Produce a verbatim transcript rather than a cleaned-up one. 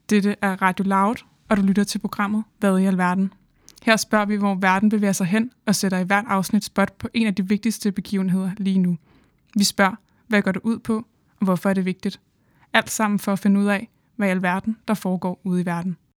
Dette er Radio Loud, og du lytter til programmet Hvad i alverden? Her spørger vi, hvor verden bevæger sig hen, og sætter i hvert afsnit spot på en af de vigtigste begivenheder lige nu. Vi spørger, hvad går det ud på, og hvorfor er det vigtigt? Alt sammen for at finde ud af, hvad i alverden der foregår ude i verden.